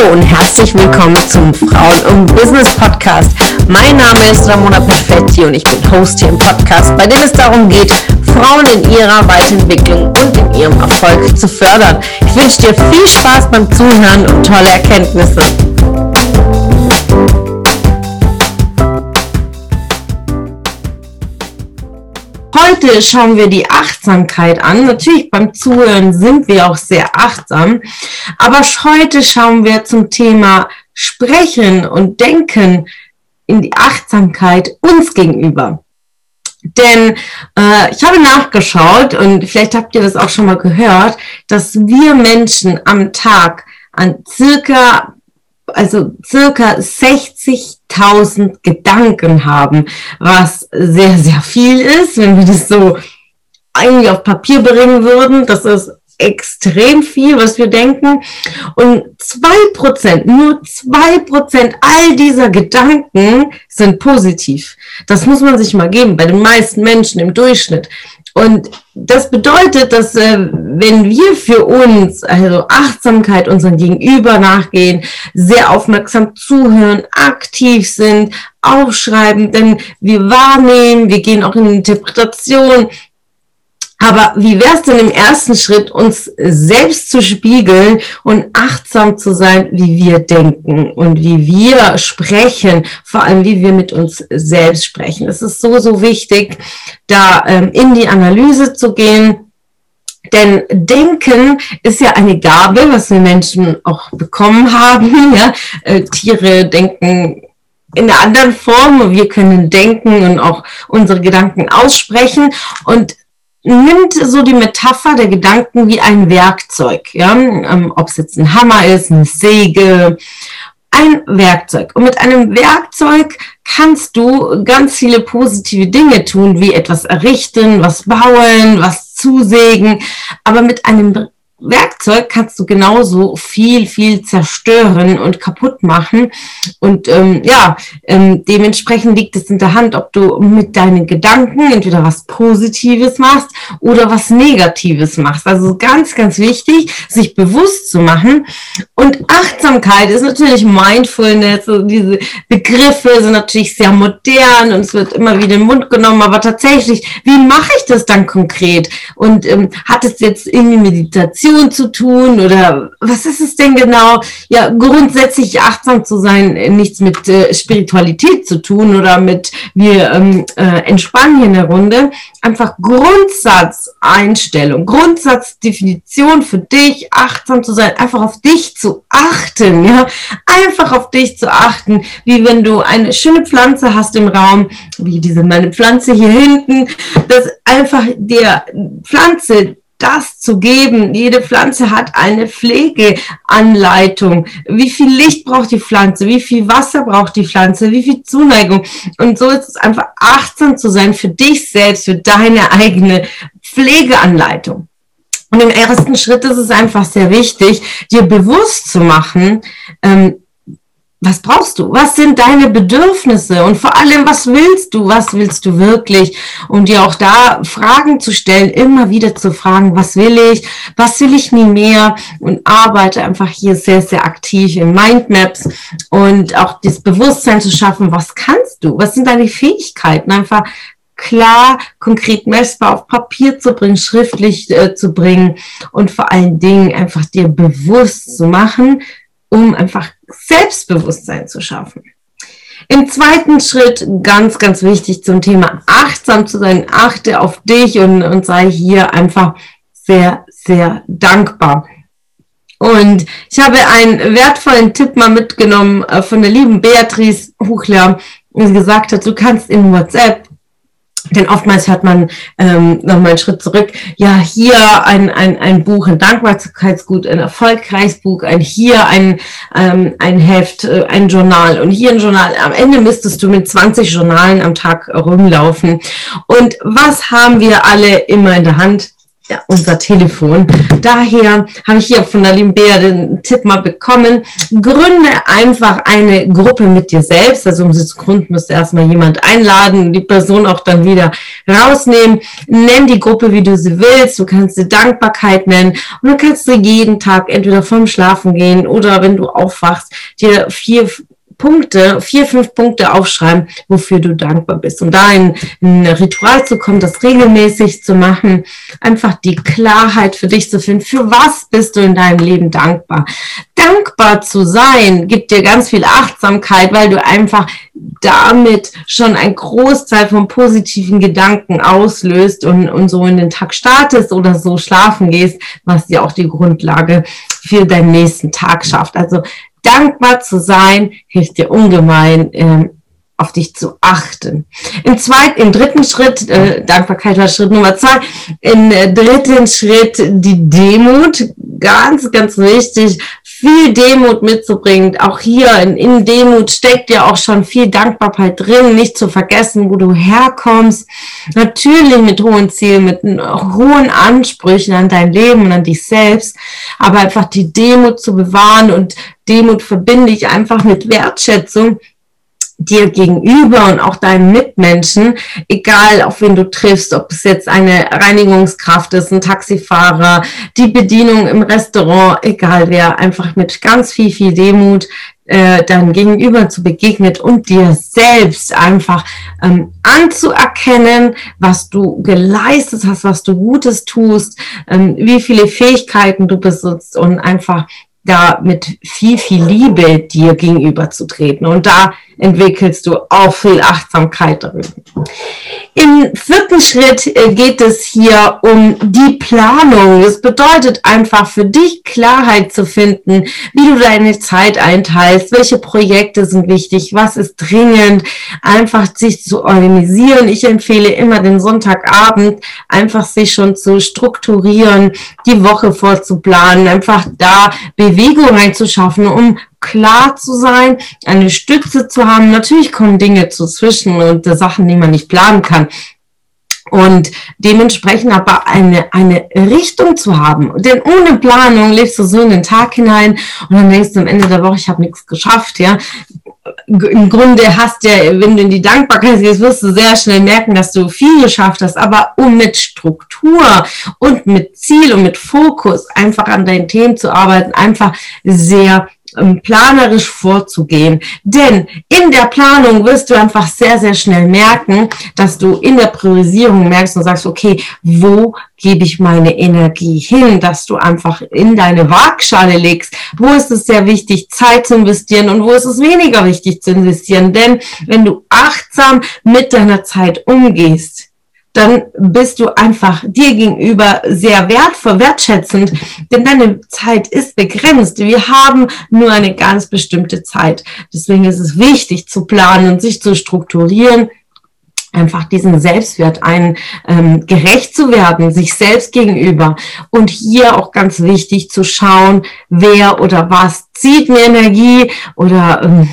Hallo und herzlich willkommen zum Frauen und Business Podcast. Mein Name ist Ramona Perfetti und ich bin Host hier im Podcast, bei dem es darum geht, Frauen in ihrer Weiterentwicklung und in ihrem Erfolg zu fördern. Ich wünsche dir viel Spaß beim Zuhören und tolle Erkenntnisse. Heute schauen wir die Achtsamkeit an. Natürlich beim Zuhören sind wir auch sehr achtsam, aber heute schauen wir zum Thema Sprechen und Denken in die Achtsamkeit uns gegenüber. Denn ich habe nachgeschaut und vielleicht habt ihr das auch schon mal gehört, dass wir Menschen am Tag an circa 60.000 Gedanken haben, was sehr, sehr viel ist, wenn wir das so eigentlich auf Papier bringen würden. Das ist extrem viel, was wir denken. Und 2%, nur 2% all dieser Gedanken sind positiv. Das muss man sich mal geben, bei den meisten Menschen im Durchschnitt. Und das bedeutet, dass wenn wir für uns, also Achtsamkeit unserem Gegenüber nachgehen, sehr aufmerksam zuhören, aktiv sind, aufschreiben, denn wir wahrnehmen, wir gehen auch in Interpretation. Aber wie wäre es denn im ersten Schritt, uns selbst zu spiegeln und achtsam zu sein, wie wir denken und wie wir sprechen, vor allem wie wir mit uns selbst sprechen. Es ist so, so wichtig, da in die Analyse zu gehen. Denn Denken ist ja eine Gabe, was wir Menschen auch bekommen haben. Ja? Tiere denken in einer anderen Form, wir können denken und auch unsere Gedanken aussprechen. Und nimmt so die Metapher der Gedanken wie ein Werkzeug, ja, ob es jetzt ein Hammer ist, eine Säge, ein Werkzeug. Und mit einem Werkzeug kannst du ganz viele positive Dinge tun, wie etwas errichten, was bauen, was zusägen, aber mit einem Werkzeug kannst du genauso viel zerstören und kaputt machen. Und dementsprechend liegt es in der Hand, ob du mit deinen Gedanken entweder was Positives machst oder was Negatives machst. Also ganz, ganz wichtig, sich bewusst zu machen. Und Achtsamkeit ist natürlich Mindfulness. Also diese Begriffe sind natürlich sehr modern und es wird immer wieder in den Mund genommen. Aber tatsächlich, wie mache ich das dann konkret? Und hat es jetzt irgendwie Meditation zu tun oder was ist es denn genau? Ja, grundsätzlich achtsam zu sein, nichts mit Spiritualität zu tun oder mit wir entspannen hier in der Runde. Einfach Grundsatzeinstellung, Grundsatzdefinition für dich, achtsam zu sein, einfach auf dich zu achten, ja, einfach auf dich zu achten, wie wenn du eine schöne Pflanze hast im Raum, wie meine Pflanze hier hinten, dass einfach der Pflanze das zu geben. Jede Pflanze hat eine Pflegeanleitung. Wie viel Licht braucht die Pflanze? Wie viel Wasser braucht die Pflanze? Wie viel Zuneigung? Und so ist es einfach achtsam zu sein für dich selbst, für deine eigene Pflegeanleitung. Und im ersten Schritt ist es einfach sehr wichtig, dir bewusst zu machen, was brauchst du? Was sind deine Bedürfnisse? Und vor allem, was willst du? Was willst du wirklich? Und dir auch da Fragen zu stellen, immer wieder zu fragen, was will ich? Was will ich nie mehr? Und arbeite einfach hier sehr, sehr aktiv in Mindmaps und auch das Bewusstsein zu schaffen, was kannst du? Was sind deine Fähigkeiten? Einfach klar, konkret messbar auf Papier zu bringen, schriftlich zu bringen und vor allen Dingen einfach dir bewusst zu machen, um einfach Selbstbewusstsein zu schaffen. Im zweiten Schritt, ganz, ganz wichtig zum Thema achtsam zu sein, achte auf dich und sei hier einfach sehr, sehr dankbar. Und ich habe einen wertvollen Tipp mal mitgenommen von der lieben Beatrice Huchler, die gesagt hat, du kannst in WhatsApp, denn oftmals hört man nochmal einen Schritt zurück, ja, hier ein Buch, ein Dankbarkeitsgut, ein Erfolgreichsbuch, hier ein Heft, ein Journal und hier ein Journal. Am Ende müsstest du mit 20 Journalen am Tag rumlaufen. Und was haben wir alle immer in der Hand? ja, unser Telefon. Daher habe ich hier von der lieben Bea den Tipp mal bekommen, gründe einfach eine Gruppe mit dir selbst. Also um sie zu gründen, musst du erstmal jemand einladen, die Person auch dann wieder rausnehmen. Nenn die Gruppe, wie du sie willst. Du kannst sie Dankbarkeit nennen und dann kannst du jeden Tag entweder vorm Schlafen gehen oder wenn du aufwachst, dir 4, 5 Punkte aufschreiben, wofür du dankbar bist. Und da in ein Ritual zu kommen, das regelmäßig zu machen, einfach die Klarheit für dich zu finden. Für was bist du in deinem Leben dankbar? Dankbar zu sein gibt dir ganz viel Achtsamkeit, weil du einfach damit schon einen Großteil von positiven Gedanken auslöst und so in den Tag startest oder so schlafen gehst, was dir auch die Grundlage für deinen nächsten Tag schafft. Also dankbar zu sein, hilft dir ungemein, auf dich zu achten. Im dritten Schritt, Dankbarkeit war Schritt Nummer 2, im dritten Schritt die Demut, ganz, ganz wichtig, viel Demut mitzubringen. Auch hier in Demut steckt ja auch schon viel Dankbarkeit drin, nicht zu vergessen, wo du herkommst. Natürlich mit hohen Zielen, mit hohen Ansprüchen an dein Leben und an dich selbst, aber einfach die Demut zu bewahren, und Demut verbinde ich einfach mit Wertschätzung dir gegenüber und auch deinen Mitmenschen, egal auf wen du triffst, ob es jetzt eine Reinigungskraft ist, ein Taxifahrer, die Bedienung im Restaurant, egal wer, einfach mit ganz viel Demut deinem Gegenüber zu begegnet und dir selbst einfach anzuerkennen, was du geleistet hast, was du Gutes tust, wie viele Fähigkeiten du besitzt und einfach da mit viel Liebe dir gegenüber zu treten. Und da entwickelst du auch viel Achtsamkeit darüber. Im 4. Schritt geht es hier um die Planung. Das bedeutet einfach für dich Klarheit zu finden, wie du deine Zeit einteilst, welche Projekte sind wichtig, was ist dringend, einfach sich zu organisieren. Ich empfehle immer den Sonntagabend, einfach sich schon zu strukturieren, die Woche vorzuplanen, einfach da Bewegung reinzuschaffen, um klar zu sein, eine Stütze zu haben. Natürlich kommen Dinge dazwischen und Sachen, die man nicht planen kann. Und dementsprechend aber eine Richtung zu haben. Denn ohne Planung lebst du so in den Tag hinein und dann denkst du am Ende der Woche, ich habe nichts geschafft, ja. Im Grunde hast du ja, wenn du in die Dankbarkeit gehst, wirst du sehr schnell merken, dass du viel geschafft hast. Aber um mit Struktur und mit Ziel und mit Fokus einfach an deinen Themen zu arbeiten, einfach sehr planerisch vorzugehen. Denn in der Planung wirst du einfach sehr schnell merken, dass du in der Priorisierung merkst und sagst, okay, wo gebe ich meine Energie hin, dass du einfach in deine Waagschale legst, wo ist es sehr wichtig, Zeit zu investieren und wo ist es weniger wichtig zu investieren. Denn wenn du achtsam mit deiner Zeit umgehst, dann bist du einfach dir gegenüber sehr wertvoll, wertschätzend, denn deine Zeit ist begrenzt. Wir haben nur eine ganz bestimmte Zeit. Deswegen ist es wichtig zu planen und sich zu strukturieren, einfach diesen Selbstwert gerecht zu werden, sich selbst gegenüber. Und hier auch ganz wichtig zu schauen, wer oder was zieht mir Energie oder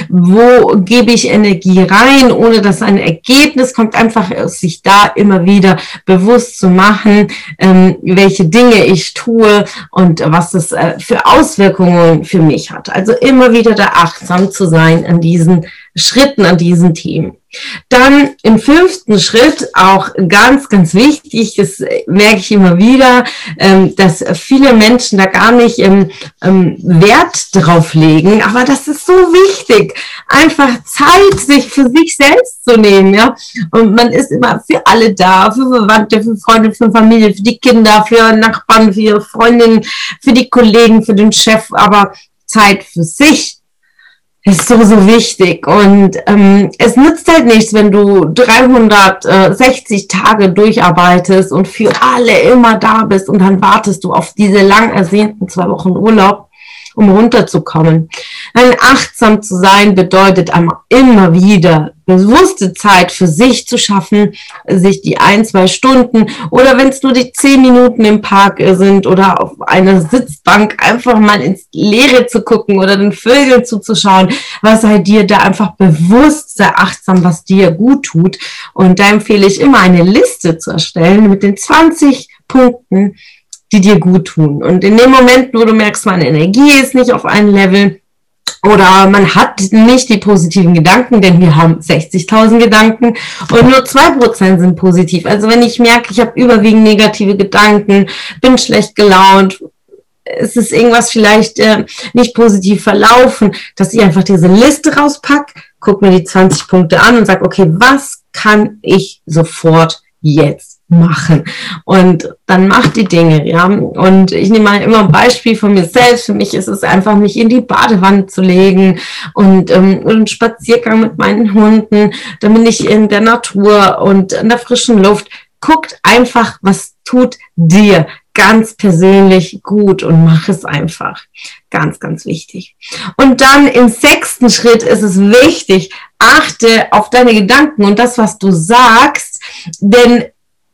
wo gebe ich Energie rein, ohne dass ein Ergebnis kommt, einfach sich da immer wieder bewusst zu machen, welche Dinge ich tue und was es für Auswirkungen für mich hat. Also immer wieder da achtsam zu sein an diesen Schritten, an diesen Themen. Dann im 5. Schritt auch ganz wichtig, das merke ich immer wieder, dass viele Menschen da gar nicht Wert drauf legen, aber das ist so wichtig, einfach Zeit sich für sich selbst zu nehmen, ja, und man ist immer für alle da, für Verwandte, für Freunde, für Familie, für die Kinder, für Nachbarn, für ihre Freundinnen, für die Kollegen, für den Chef, aber Zeit für sich ist so wichtig und es nützt halt nichts, wenn du 360 Tage durcharbeitest und für alle immer da bist und dann wartest du auf diese lang ersehnten 2 Wochen Urlaub, um runterzukommen. Achtsam zu sein bedeutet immer wieder bewusste Zeit für sich zu schaffen, sich die 1-2 Stunden oder wenn es nur die 10 Minuten im Park sind oder auf einer Sitzbank einfach mal ins Leere zu gucken oder den Vögeln zuzuschauen, was halt dir da einfach bewusst, sei achtsam, was dir gut tut. Und da empfehle ich immer eine Liste zu erstellen mit den 20 Punkten, die dir gut tun. Und in dem Moment, wo du merkst, meine Energie ist nicht auf einem Level oder man hat nicht die positiven Gedanken, denn wir haben 60.000 Gedanken und nur 2% sind positiv. Also wenn ich merke, ich habe überwiegend negative Gedanken, bin schlecht gelaunt, es ist irgendwas vielleicht nicht positiv verlaufen, dass ich einfach diese Liste rauspacke, guck mir die 20 Punkte an und sag, okay, was kann ich sofort jetzt machen? Und dann mach die Dinge, ja. Und ich nehme mal immer ein Beispiel von mir selbst. Für mich ist es einfach, mich in die Badewanne zu legen und einen Spaziergang mit meinen Hunden. Dann bin ich in der Natur und in der frischen Luft. Guckt einfach, was tut dir ganz persönlich gut und mach es einfach. Ganz, ganz wichtig. Und dann im 6. Schritt ist es wichtig, achte auf deine Gedanken und das, was du sagst, denn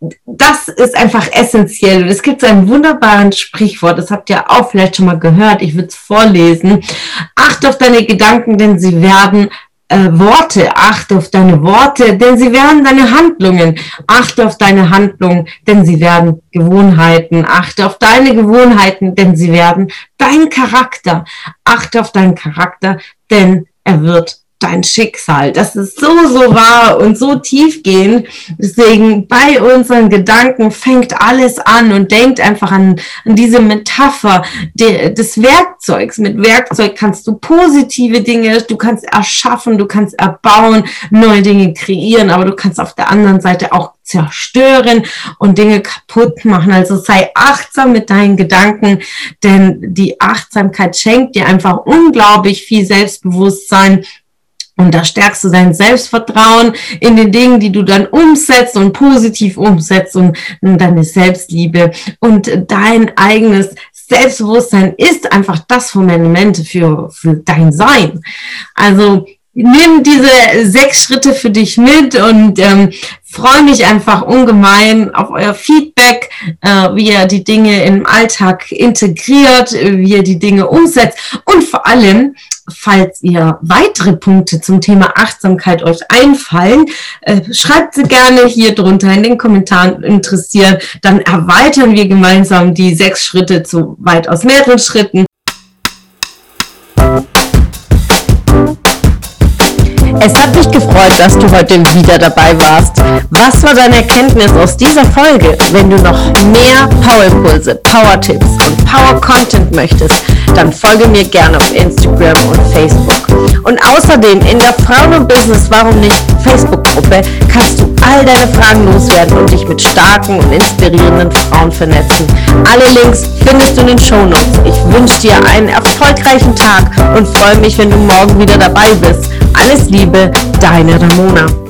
das ist einfach essentiell. Und es gibt so ein wunderbares Sprichwort, das habt ihr auch vielleicht schon mal gehört, ich würde es vorlesen. Achte auf deine Gedanken, denn sie werden Worte, achte auf deine Worte, denn sie werden deine Handlungen, achte auf deine Handlungen, denn sie werden Gewohnheiten, achte auf deine Gewohnheiten, denn sie werden dein Charakter, achte auf deinen Charakter, denn er wird dein Schicksal. Das ist so, so wahr und so tiefgehend. Deswegen bei unseren Gedanken fängt alles an und denkt einfach an diese Metapher des Werkzeugs. Mit Werkzeug kannst du positive Dinge, du kannst erschaffen, du kannst erbauen, neue Dinge kreieren, aber du kannst auf der anderen Seite auch zerstören und Dinge kaputt machen. Also sei achtsam mit deinen Gedanken, denn die Achtsamkeit schenkt dir einfach unglaublich viel Selbstbewusstsein. Und da stärkst du dein Selbstvertrauen in den Dingen, die du dann umsetzt und positiv umsetzt und deine Selbstliebe. Und dein eigenes Selbstbewusstsein ist einfach das Fundament für dein Sein. Also nimm diese 6 Schritte für dich mit und freue mich einfach ungemein auf euer Feedback, wie ihr die Dinge im Alltag integriert, wie ihr die Dinge umsetzt und vor allem, falls ihr weitere Punkte zum Thema Achtsamkeit euch einfallen, schreibt sie gerne hier drunter in den Kommentaren interessiert. Dann erweitern wir gemeinsam die 6 Schritte zu weitaus mehreren Schritten. Es hat mich gefreut, dass du heute wieder dabei warst. Was war deine Erkenntnis aus dieser Folge? Wenn du noch mehr Powerimpulse, Power-Tipps und Power-Content möchtest, dann folge mir gerne auf Instagram und Facebook. Und außerdem in der Frauen und Business Warum nicht Facebook-Gruppe kannst du all deine Fragen loswerden und dich mit starken und inspirierenden Frauen vernetzen. Alle Links findest du in den Shownotes. Ich wünsche dir einen erfolgreichen Tag und freue mich, wenn du morgen wieder dabei bist. Alles Liebe, deine Ramona.